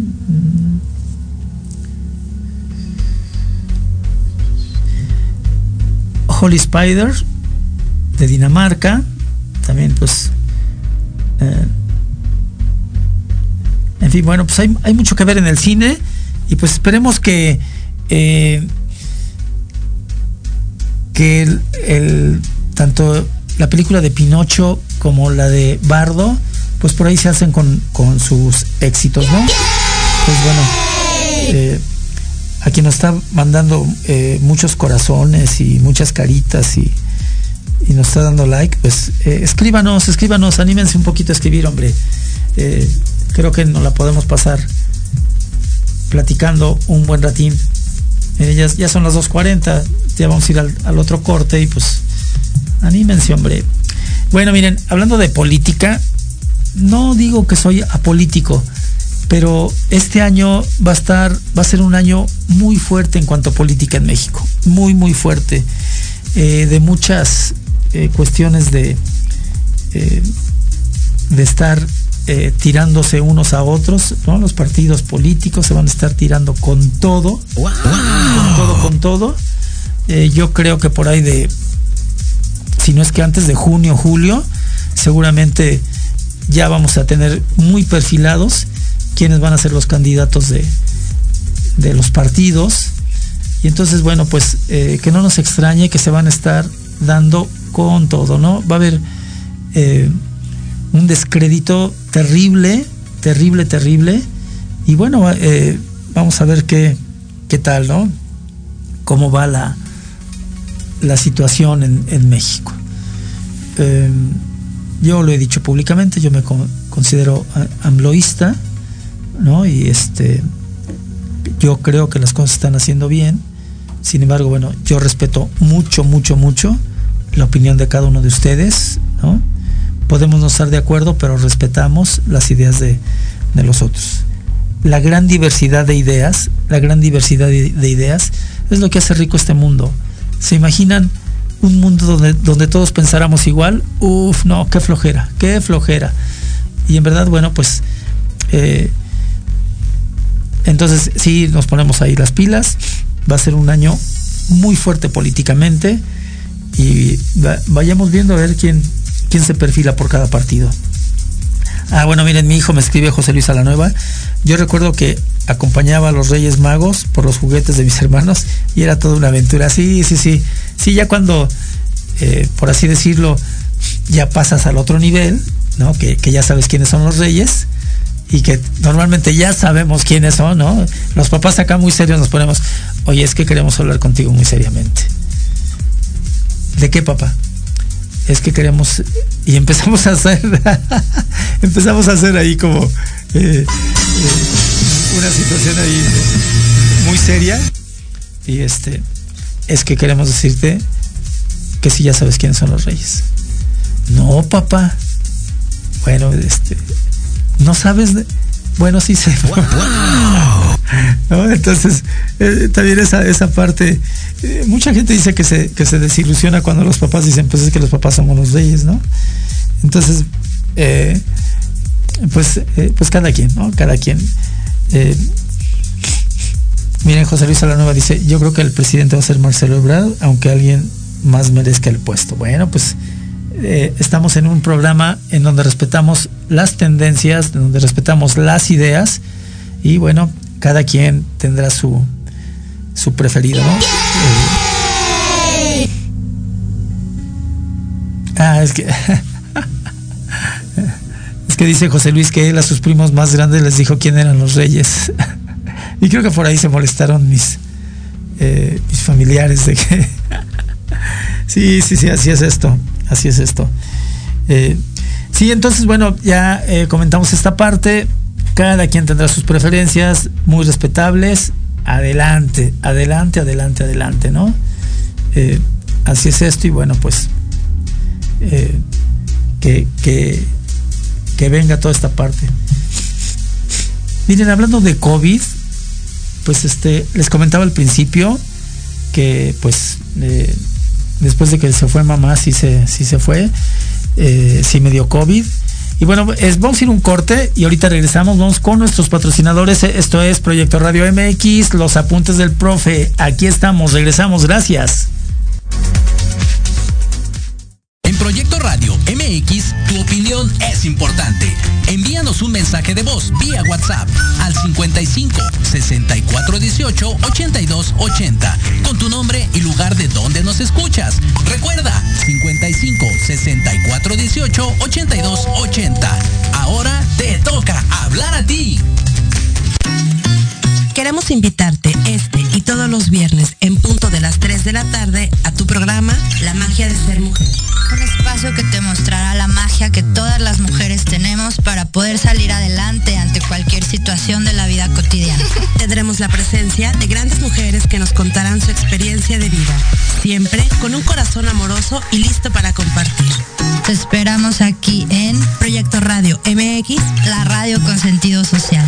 Holy Spider de Dinamarca, también pues eh, en fin, bueno, pues hay, hay mucho que ver en el cine y pues esperemos que eh, que el, el tanto la película de Pinocho como la de Bardo pues por ahí se hacen con, con sus éxitos, ¿no? Pues bueno, eh, a quien nos está mandando eh, muchos corazones y muchas caritas y, y nos está dando like, pues eh, escríbanos, escríbanos, anímense un poquito a escribir, hombre. Eh, creo que nos la podemos pasar platicando un buen ratín. Eh, ya, ya son las dos cuarenta, ya vamos a ir al, al otro corte y pues anímense, hombre. Bueno, miren, hablando de política, no digo que soy apolítico, pero este año va a estar, va a ser un año muy fuerte en cuanto a política en México, muy muy fuerte, eh, de muchas eh, cuestiones de eh, de estar eh, tirándose unos a otros, ¿no? Los partidos políticos se van a estar tirando con todo, wow. con todo, con todo. Eh, yo creo que por ahí de, si no es que antes de junio, julio, seguramente ya vamos a tener muy perfilados quiénes van a ser los candidatos de, de los partidos. Y entonces, bueno, pues eh, que no nos extrañe que se van a estar dando con todo, ¿no? Va a haber eh, un descrédito terrible, terrible, terrible. Y bueno, eh, vamos a ver qué, qué tal, ¿no? Cómo va la, la situación en, en México. Eh, yo lo he dicho públicamente, yo me con, considero amloísta, ¿no? Y este, yo creo que las cosas están haciendo bien. Sin embargo, bueno, yo respeto mucho, mucho, mucho la opinión de cada uno de ustedes, ¿no? Podemos no estar de acuerdo, pero respetamos las ideas de, de los otros. La gran diversidad de ideas, la gran diversidad de, de ideas es lo que hace rico este mundo. ¿Se imaginan un mundo donde, donde todos pensáramos igual? Uf, no, qué flojera, qué flojera. Y en verdad, bueno, pues eh, entonces sí nos ponemos ahí las pilas. Va a ser un año muy fuerte políticamente y va, vayamos viendo a ver quién, quién se perfila por cada partido. Ah, bueno, miren, mi hijo me escribe, José Luis Alanueva. Yo recuerdo que acompañaba a los Reyes Magos por los juguetes de mis hermanos y era toda una aventura. Sí, sí, sí. Sí, ya cuando, eh, por así decirlo, ya pasas al otro nivel, ¿no? Que, que ya sabes quiénes son los reyes y que normalmente ya sabemos quiénes son, ¿no? Los papás acá muy serios nos ponemos, oye, es que queremos hablar contigo muy seriamente. ¿De qué, papá? Es que queremos, y empezamos a hacer empezamos a hacer ahí como eh, eh, una situación ahí muy seria y este es que queremos decirte que sí ya sabes quiénes son los reyes. No, papá. Bueno, este no sabes de... bueno, sí sé. Wow. ¿No? Entonces eh, también esa esa parte eh, mucha gente dice que se que se desilusiona cuando los papás dicen pues es que los papás somos los reyes, ¿no? Entonces eh, pues eh, pues cada quien, ¿no? Cada quien. Eh, miren, José Luis Alanueva dice, yo creo que el presidente va a ser Marcelo Ebrard, aunque alguien más merezca el puesto. Bueno, pues eh, estamos en un programa en donde respetamos las tendencias, en donde respetamos las ideas y bueno, cada quien tendrá su su preferido, ¿no? Eh, ah, es que es que dice José Luis que él a sus primos más grandes les dijo quién eran los reyes. Y creo que por ahí se molestaron mis eh, mis familiares de que sí, sí, sí, así es esto, así es esto. Eh, sí, entonces bueno, ya eh, comentamos esta parte. Cada quien tendrá sus preferencias, muy respetables. Adelante, adelante, adelante, adelante, ¿no? Eh, así es esto y bueno, pues eh, que, que, que venga toda esta parte. Miren, hablando de COVID, pues este, les comentaba al principio que pues eh, después de que se fue mamá, sí se, sí se fue, eh, sí me dio COVID. Y bueno, es, vamos a ir un corte y ahorita regresamos, vamos con nuestros patrocinadores. Esto es Proyecto Radio M X, los apuntes del profe. Aquí estamos, regresamos, gracias. En Proyecto Radio M X, tu opinión es importante. Envíanos un mensaje de voz vía WhatsApp al cincuenta y cinco, sesenta y cuatro dieciocho, ochenta y dos ochenta con tu nombre y lugar de donde nos escuchas. Recuerda, cincuenta y cinco, sesenta y cuatro dieciocho, ochenta y dos ochenta. Ahora te toca hablar a ti. Queremos invitarte este y todos los viernes en punto de las tres de la tarde a tu programa La Magia de Ser Mujer. Un espacio que te mostrará la magia que todas las mujeres tenemos para poder salir adelante ante cualquier situación de la vida cotidiana. cotidiano. Tendremos la presencia de grandes mujeres que nos contarán su experiencia de vida, siempre con un corazón amoroso y listo para compartir. Te esperamos aquí en Proyecto Radio M X, la radio con sentido social.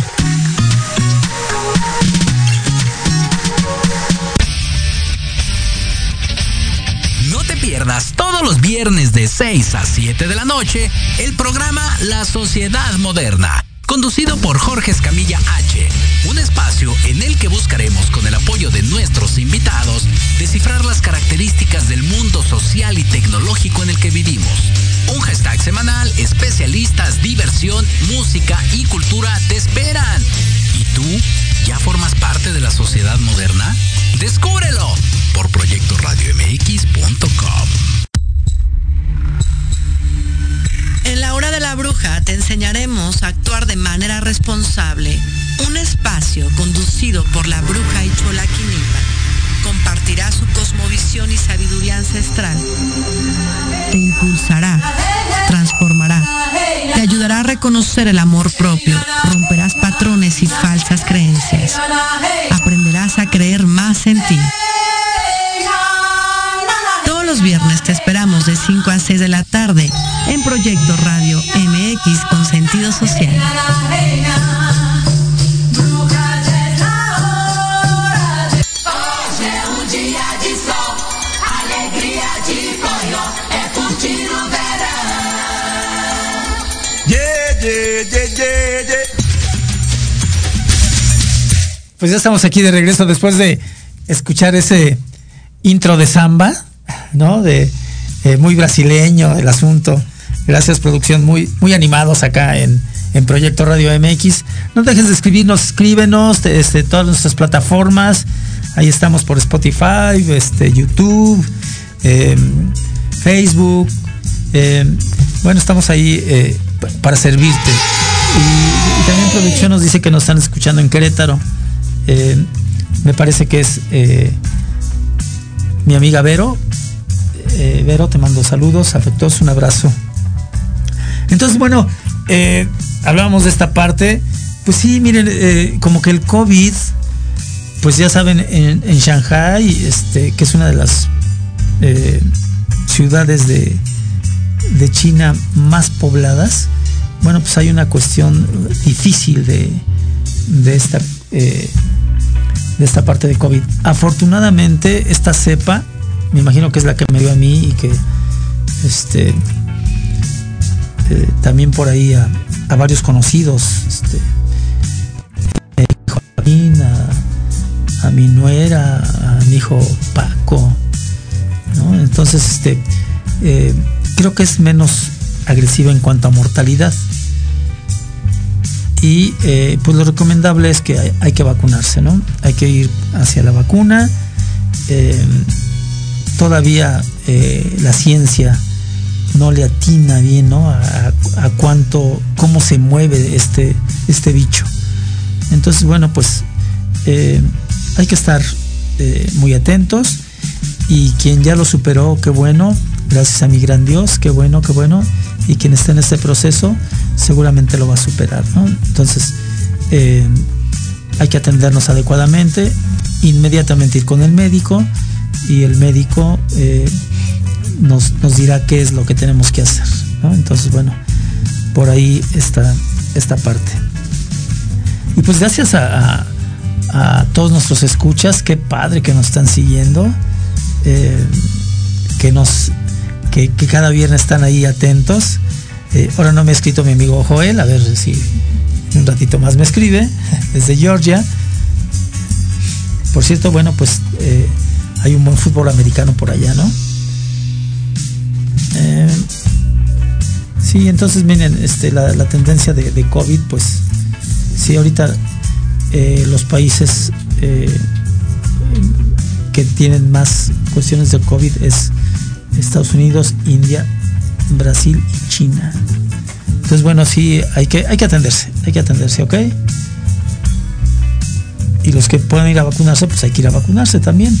No te pierdas todos los viernes de seis a siete de la noche el programa La Sociedad Moderna, conducido por Jorge Escamilla H, un espacio en el que buscaremos, con el apoyo de nuestros invitados, descifrar las características del mundo social y tecnológico en el que vivimos. Un hashtag semanal, especialistas, diversión, música y cultura te esperan. ¿Y tú ya formas parte de la sociedad moderna? ¡Descúbrelo! Por proyecto radio m x punto com. En la hora de la bruja te enseñaremos a actuar de manera responsable. Un espacio conducido por la bruja y chola Quinipa. Compartirá su cosmovisión y sabiduría ancestral. Te impulsará, transformará. Te ayudará a reconocer el amor propio. Romperás patrones y falsas creencias. Aprenderás a creer más en ti. Todos los viernes te esperamos de cinco a seis de la tarde en Proyecto Radio M X con sentido social. Pues ya estamos aquí de regreso después de escuchar ese intro de samba, ¿no? De eh, muy brasileño el asunto. Gracias, producción, muy muy animados acá en, en Proyecto Radio M X. No dejes de escribirnos, escríbenos desde este, todas nuestras plataformas. Ahí estamos por Spotify, este, YouTube, eh, Facebook. Eh, bueno, estamos ahí eh, para servirte. Y, y también producción nos dice que nos están escuchando en Querétaro. Eh, me parece que es eh, mi amiga Vero. Eh, Vero, te mando saludos afectuosos, un abrazo. Entonces, bueno, eh, hablábamos de esta parte. Pues sí, miren, eh, como que el COVID, pues ya saben, en, en Shanghai, este, que es una de las eh, ciudades de, de China más pobladas, bueno, pues hay una cuestión difícil de, de esta eh, de esta parte de COVID. Afortunadamente, esta cepa, me imagino que es la que me dio a mí y que este eh, también por ahí a, a varios conocidos, este, me dijo a mí, a, a mi nuera, a mi hijo Paco, ¿no? Entonces, este eh, creo que es menos agresiva en cuanto a mortalidad. Y eh, pues lo recomendable es que hay, hay que vacunarse, ¿no? Hay que ir hacia la vacuna. Eh, todavía eh, la ciencia no le atina bien, ¿no? A, a cuánto, cómo se mueve este, este bicho. Entonces, bueno, pues eh, hay que estar eh, muy atentos. Y quien ya lo superó, qué bueno, gracias a mi gran Dios, qué bueno, qué bueno. Y quien esté en este proceso seguramente lo va a superar, ¿no? Entonces eh, hay que atendernos adecuadamente, inmediatamente ir con el médico y el médico eh, nos, nos dirá qué es lo que tenemos que hacer, ¿no? Entonces, bueno, por ahí está esta parte. Y pues gracias a, a, a todos nuestros escuchas, qué padre que nos están siguiendo, eh, que nos Que, que cada viernes están ahí atentos. Eh, ahora no me ha escrito mi amigo Joel, a ver si un ratito más me escribe, desde Georgia. Por cierto, bueno, pues eh, hay un buen fútbol americano por allá, ¿no? Eh, sí, entonces miren, este, la, la tendencia de, de COVID, pues sí, ahorita eh, los países eh, que tienen más cuestiones de COVID es Estados Unidos, India, Brasil y China. Entonces, bueno, sí, hay que, hay que atenderse, hay que atenderse, ¿ok? Y los que puedan ir a vacunarse, pues hay que ir a vacunarse también.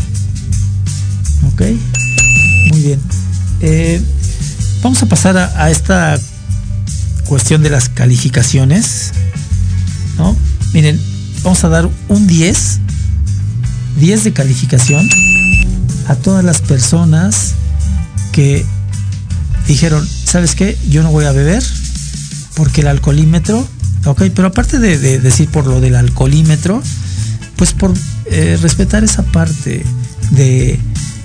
¿Ok? Muy bien. Eh, vamos a pasar a, a esta cuestión de las calificaciones, ¿no? Miren, vamos a dar un diez, diez de calificación a todas las personas que dijeron, ¿sabes qué? Yo no voy a beber porque el alcoholímetro, ok, pero aparte de, de decir por lo del alcoholímetro, pues por eh, respetar esa parte de,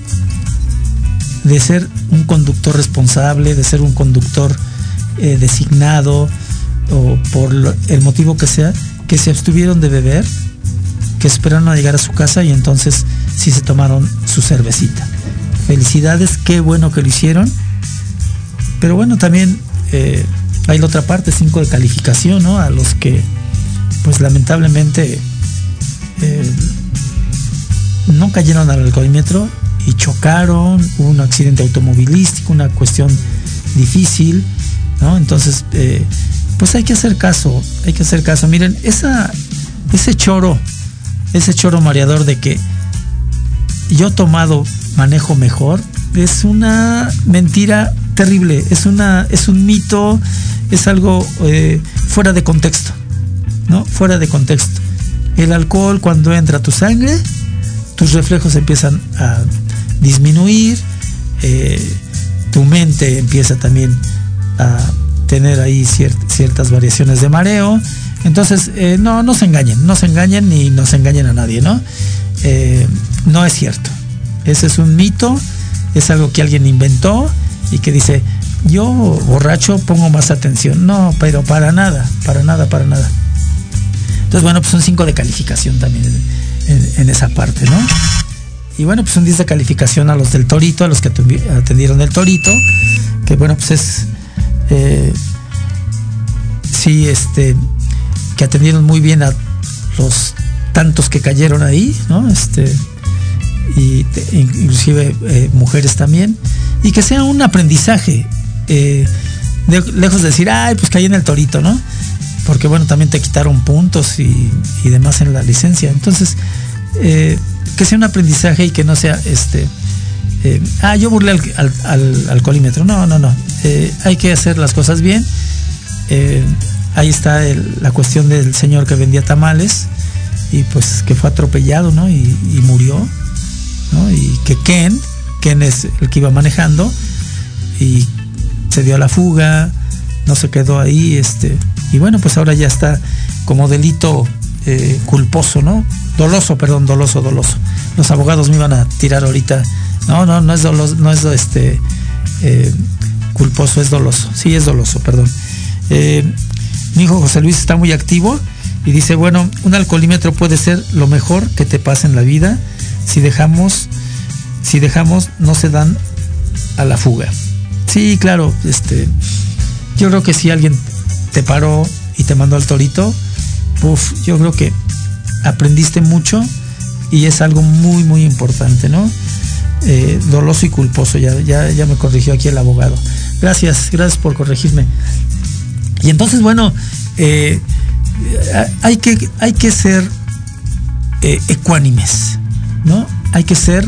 de ser un conductor responsable, de ser un conductor eh, designado, o por lo, el motivo que sea, que se abstuvieron de beber, que esperaron a llegar a su casa y entonces sí se tomaron su cervecita. Felicidades, qué bueno que lo hicieron. Pero bueno, también eh, hay la otra parte, cinco de calificación, ¿no? A los que, pues lamentablemente, eh, no cayeron al alcoholímetro y chocaron, hubo un accidente automovilístico, una cuestión difícil, ¿no? Entonces, eh, pues hay que hacer caso, hay que hacer caso. Miren, esa, ese choro, ese choro mareador de que yo tomado manejo mejor, es una mentira terrible, es una, es un mito, es algo eh, fuera de contexto, ¿no? Fuera de contexto. El alcohol, cuando entra a tu sangre, tus reflejos empiezan a disminuir, eh, tu mente empieza también a tener ahí ciert, ciertas variaciones de mareo. Entonces, eh, no, no se engañen, no se engañen ni nos engañen a nadie, ¿no? Eh, no es cierto. Ese es un mito, es algo que alguien inventó y que dice, yo borracho pongo más atención. No, pero para nada, para nada, para nada. Entonces, bueno, pues son cinco de calificación también en, en, en esa parte, ¿no? Y bueno, pues un diez de calificación a los del Torito, a los que atendieron el Torito, que bueno, pues es eh, sí, este que atendieron muy bien a los tantos que cayeron ahí, ¿no? Este y te, inclusive eh, mujeres también, y que sea un aprendizaje, eh, de, lejos de decir, ay, pues caí en el Torito, ¿no? Porque bueno, también te quitaron puntos y, y demás en la licencia. Entonces, eh, que sea un aprendizaje y que no sea este eh, ah, yo burlé al, al, al alcoholímetro. No, no, no. Eh, hay que hacer las cosas bien. Eh, ahí está el, la cuestión del señor que vendía tamales y pues que fue atropellado, ¿no? Y, y murió, ¿no? Y que Ken, Ken es el que iba manejando y se dio a la fuga, no se quedó ahí, este, y bueno, pues ahora ya está como delito eh, culposo, ¿no? Doloso, perdón, doloso, doloso. Los abogados me iban a tirar ahorita. No, no, no es doloso, no es este eh, culposo, es doloso. Sí, es doloso, perdón. Eh, mi hijo José Luis está muy activo y dice, bueno, un alcoholímetro puede ser lo mejor que te pasa en la vida. Si dejamos, si dejamos, no se dan a la fuga. Sí, claro, este, yo creo que si alguien te paró y te mandó al Torito, uf, yo creo que aprendiste mucho y es algo muy, muy importante, ¿no? Eh, doloso y culposo, ya, ya, ya me corrigió aquí el abogado. Gracias, gracias por corregirme. Y entonces, bueno, eh, hay que, hay que ser eh, ecuánimes, ¿no? Hay que ser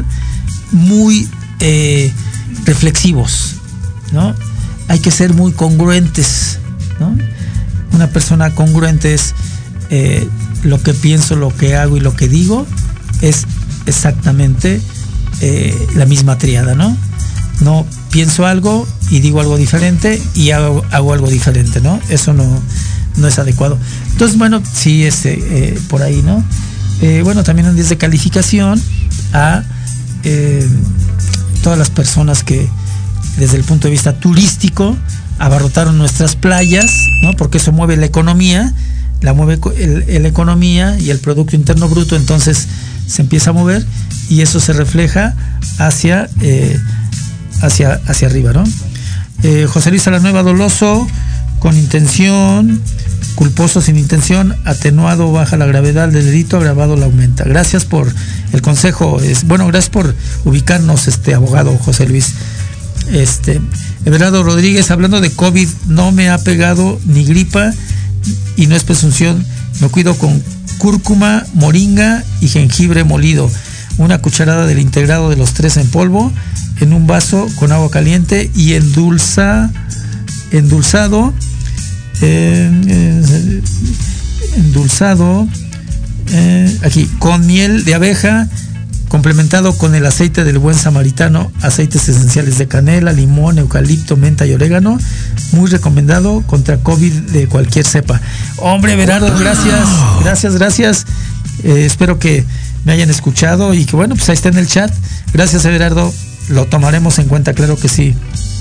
muy eh, reflexivos, ¿no? Hay que ser muy congruentes, ¿no? Una persona congruente es eh, lo que pienso, lo que hago y lo que digo es exactamente eh, la misma triada, ¿no? No pienso algo y digo algo diferente y hago, hago algo diferente, ¿no? Eso no, no es adecuado. Entonces, bueno, sí, este, eh, por ahí, ¿no? Eh, bueno, también un diez de calificación a eh, todas las personas que desde el punto de vista turístico abarrotaron nuestras playas, ¿no? Porque eso mueve la economía, la mueve el, la economía y el Producto Interno Bruto, entonces se empieza a mover y eso se refleja hacia eh, hacia, hacia arriba, ¿no? Eh, José Luis Salanueva, doloso con intención, culposo sin intención, atenuado baja la gravedad del delito, agravado la aumenta. Gracias por el consejo, es, bueno, gracias por ubicarnos, este abogado José Luis. Este, Everardo Rodríguez, hablando de COVID, no me ha pegado ni gripa y no es presunción, me cuido con cúrcuma, moringa y jengibre molido, una cucharada del integrado de los tres en polvo en un vaso con agua caliente y endulza, endulzado, eh, eh, endulzado eh, aquí, con miel de abeja, complementado con el aceite del buen samaritano, aceites esenciales de canela, limón, eucalipto, menta y orégano, muy recomendado contra COVID de cualquier cepa. Hombre, Everardo, gracias, gracias, gracias. Eh, espero que me hayan escuchado y que bueno, pues ahí está en el chat. Gracias, Everardo, lo tomaremos en cuenta, claro que sí.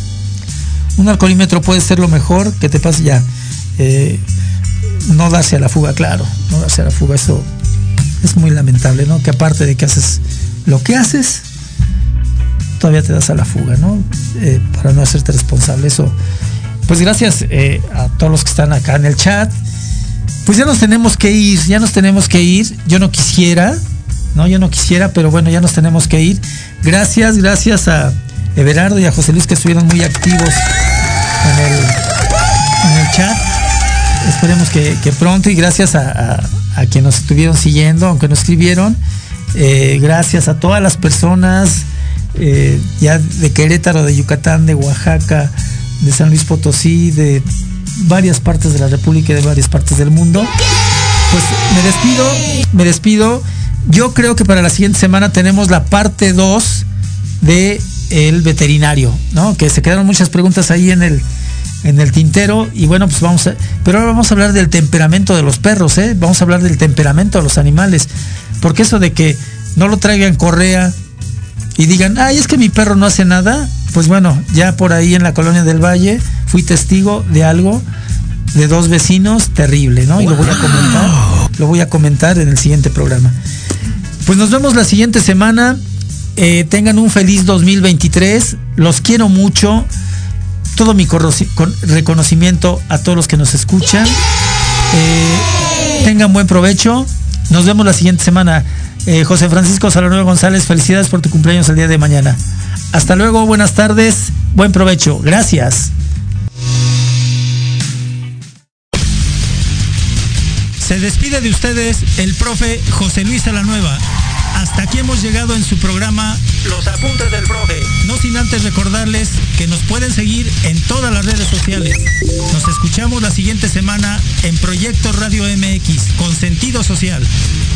Un alcoholímetro puede ser lo mejor que te pase ya. Eh, no darse a la fuga, claro, no darse a la fuga, eso es muy lamentable, ¿no? Que aparte de que haces lo que haces, todavía te das a la fuga, ¿no? Eh, para no hacerte responsable, eso. Pues gracias eh, a todos los que están acá en el chat. Pues ya nos tenemos que ir, ya nos tenemos que ir. Yo no quisiera, no, yo no quisiera, pero bueno, ya nos tenemos que ir. Gracias, gracias a Everardo y a José Luis que estuvieron muy activos en el, en el chat. Esperemos que, que pronto, y gracias a, a, a quienes nos estuvieron siguiendo, aunque no escribieron. Eh, gracias a todas las personas eh, ya de Querétaro, de Yucatán, de Oaxaca, de San Luis Potosí, de varias partes de la República y de varias partes del mundo. Pues me despido, me despido. Yo creo que para la siguiente semana tenemos la parte dos de el veterinario, ¿no? Que se quedaron muchas preguntas ahí en el en el tintero, y bueno, pues vamos a, pero ahora vamos a hablar del temperamento de los perros, ¿eh? Vamos a hablar del temperamento de los animales, porque eso de que no lo traigan correa y digan, ay, es que mi perro no hace nada, pues bueno, ya por ahí en la Colonia del Valle fui testigo de algo, de dos vecinos, terrible, ¿no? Y lo voy a comentar, lo voy a comentar en el siguiente programa. Pues nos vemos la siguiente semana, eh, tengan un feliz dos mil veintitrés, los quiero mucho. Todo mi reconocimiento a todos los que nos escuchan. Eh, tengan buen provecho. Nos vemos la siguiente semana. Eh, José Francisco Salanueva González, felicidades por tu cumpleaños el día de mañana. Hasta luego, buenas tardes, buen provecho. Gracias. Se despide de ustedes el profe José Luis Salanueva. Hasta aquí hemos llegado en su programa Los Apuntes del Profe. No sin antes recordarles que nos pueden seguir en todas las redes sociales. Nos escuchamos la siguiente semana en Proyecto Radio M X con sentido social.